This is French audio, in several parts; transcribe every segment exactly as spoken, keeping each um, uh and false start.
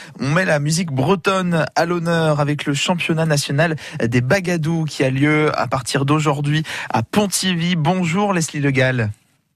On met la musique bretonne à l'honneur avec le championnat national des Bagadous qui a lieu à partir d'aujourd'hui à Pontivy. Bonjour Leslie Le Gall.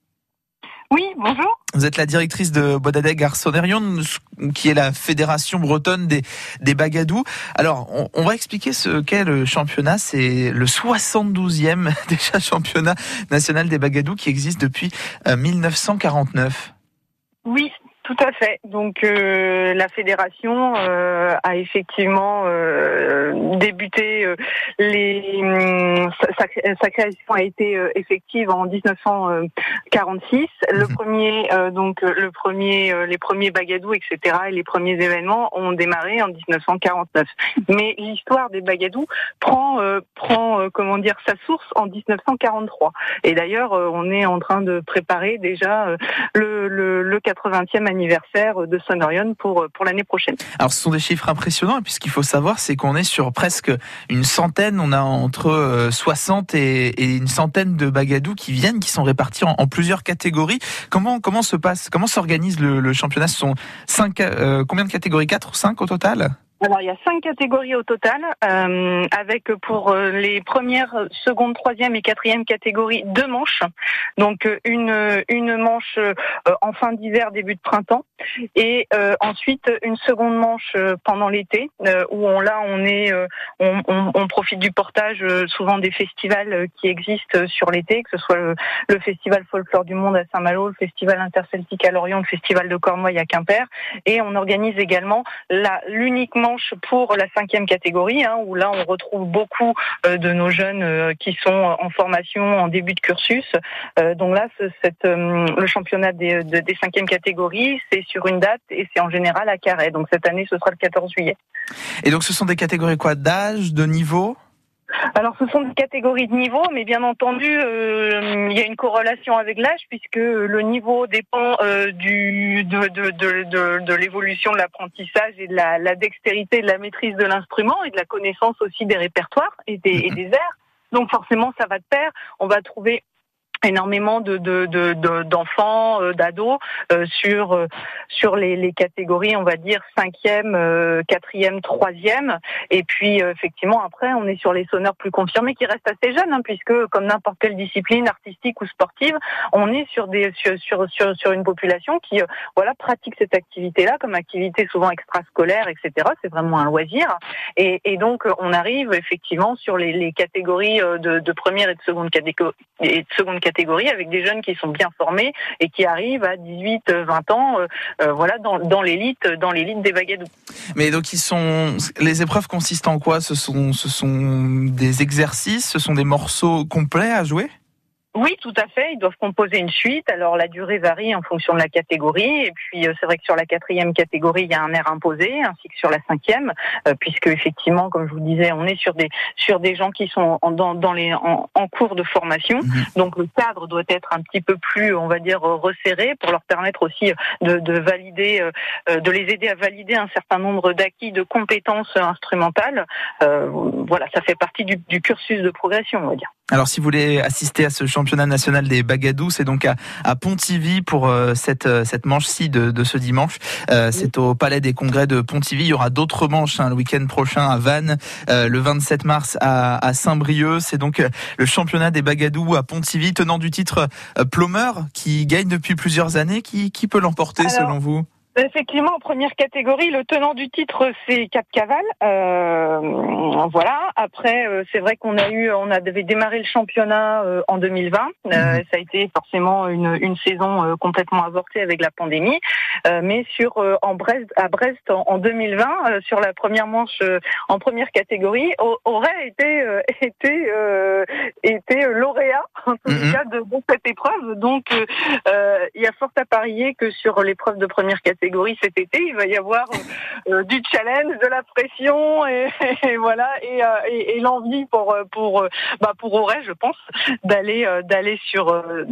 Oui, bonjour. Vous êtes la directrice de Bodadeg Artsonerion, qui est la fédération bretonne des, des Bagadous. Alors, on, on va expliquer ce qu'est le championnat. C'est le soixante-douzième déjà championnat national des Bagadous qui existe depuis euh, mille neuf cent quarante-neuf. Oui, tout à fait. Donc euh, la fédération euh, a effectivement euh, débuté euh, les sa, sa création a été euh, effective en dix-neuf cent quarante-six. Le mmh. premier euh, donc le premier euh, les premiers Bagadous et cetera et les premiers événements ont démarré en dix-neuf cent quarante-neuf. Mais l'histoire des Bagadous prend euh, prend euh, comment dire sa source en dix-neuf cent quarante-trois. Et d'ailleurs euh, on est en train de préparer déjà euh, le, le le quatre-vingtième anniversaire de Sonerion pour pour l'année prochaine. Alors ce sont des chiffres impressionnants et puis ce qu'il faut savoir c'est qu'on est sur presque une centaine, on a entre soixante et, et une centaine de Bagadous qui viennent, qui sont répartis en, en plusieurs catégories. Comment comment se passe, comment s'organise le, le championnat? Ce sont cinq, euh, combien de catégories? Quatre ou cinq au total? Alors il y a cinq catégories au total, euh, avec pour les premières, secondes, troisième et quatrième catégories deux manches. Donc une une manche en fin d'hiver, début de printemps, et euh, ensuite une seconde manche pendant l'été, euh, où on là on est euh, on, on, on profite du portage souvent des festivals qui existent sur l'été, que ce soit le, le festival Folklore du Monde à Saint-Malo, le festival Interceltique à Lorient, le festival de Cornouailles à Quimper, et on organise également la l'uniquement pour la cinquième catégorie, hein, où là on retrouve beaucoup euh, de nos jeunes euh, qui sont en formation en début de cursus. Euh, donc là, ce, cette, euh, le championnat des, de, des cinquièmes catégories, c'est sur une date et c'est en général à Carhaix. Donc cette année, ce sera le quatorze juillet. Et donc ce sont des catégories quoi, d'âge, de niveau ? Alors ce sont des catégories de niveau, mais bien entendu, euh, il y a une corrélation avec l'âge puisque le niveau dépend euh, du de de de de, de l'évolution de l'apprentissage et de la, la dextérité, de la maîtrise de l'instrument et de la connaissance aussi des répertoires et des, et des airs. Donc forcément, ça va de pair. On va trouver énormément de, de, de, de d'enfants, euh, d'ados euh, sur euh, sur les, les catégories, on va dire cinquième, euh, quatrième, troisième, et puis euh, effectivement après on est sur les sonneurs plus confirmés qui restent assez jeunes, hein, puisque comme n'importe quelle discipline artistique ou sportive, on est sur des sur sur sur, sur une population qui euh, voilà pratique cette activité-là comme activité souvent extrascolaire, et cetera. C'est vraiment un loisir, et, et donc on arrive effectivement sur les, les catégories de, de première et de seconde catégorie et de seconde catégorie catégorie avec des jeunes qui sont bien formés et qui arrivent à dix-huit vingt ans euh, euh, voilà dans dans l'élite dans l'élite des Bagadous. Mais donc ils sont les épreuves consistent en quoi? Ce sont ce sont des exercices, ce sont des morceaux complets à jouer? Oui, tout à fait. Ils doivent composer une suite. Alors la durée varie en fonction de la catégorie. Et puis euh, c'est vrai que sur la quatrième catégorie, il y a un air imposé, ainsi que sur la cinquième, euh, puisque effectivement, comme je vous disais, on est sur des sur des gens qui sont en, dans dans les en, en cours de formation. Mmh. Donc le cadre doit être un petit peu plus, on va dire, resserré pour leur permettre aussi de, de valider, euh, de les aider à valider un certain nombre d'acquis de compétences instrumentales. Euh, voilà, ça fait partie du, du cursus de progression, on va dire. Alors, si vous voulez assister à ce championnat national des Bagadous, c'est donc à, à Pontivy pour euh, cette cette manche-ci de, de ce dimanche. Euh, c'est au Palais des Congrès de Pontivy. Il y aura d'autres manches hein, le week-end prochain à Vannes, euh, le vingt-sept mars à, à Saint-Brieuc. C'est donc euh, le championnat des Bagadous à Pontivy, tenant du titre euh, Plumeur, qui gagne depuis plusieurs années. Qui, qui peut l'emporter Alors... selon vous ? Effectivement, en première catégorie, le tenant du titre, c'est Cap Caval. Euh, voilà. Après, euh, c'est vrai qu'on a eu, on avait démarré le championnat euh, en deux mille vingt. Euh, ça a été forcément une, une saison euh, complètement avortée avec la pandémie. Euh, mais sur euh, en Brest, à Brest, en, en deux mille vingt, euh, sur la première manche euh, en première catégorie, aurait été euh, été euh, été lauréat en tout mm-hmm. cas de, de cette épreuve. Donc, euh, il y a fort à parier que sur l'épreuve de première catégorie cet été, il va y avoir euh, du challenge, de la pression et, et voilà et, euh, et, et l'envie pour pour bah pour Auray, je pense, d'aller euh, d'aller sur euh,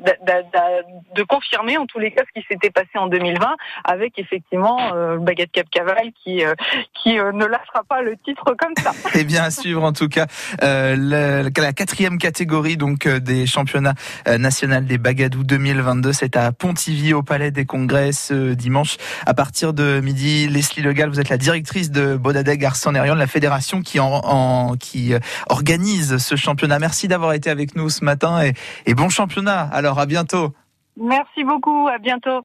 de, de confirmer en tous les cas ce qui s'était passé en deux mille vingt, avec effectivement euh, le Baguette Cap Caval qui euh, qui euh, ne lâchera pas le titre comme ça. Et bien à suivre en tout cas euh, la, la quatrième catégorie donc euh, des championnats euh, nationaux des Bagadous deux mille vingt-deux, c'est à Pontivy au Palais des Congrès ce dimanche à partir de midi. Leslie Le Gall, vous êtes la directrice de Bodadeg Arsan-Erion, la fédération qui en, en qui euh, organise ce championnat. Merci d'avoir été avec nous ce matin et, et bon championnat. Alors à bientôt. Merci beaucoup, à bientôt.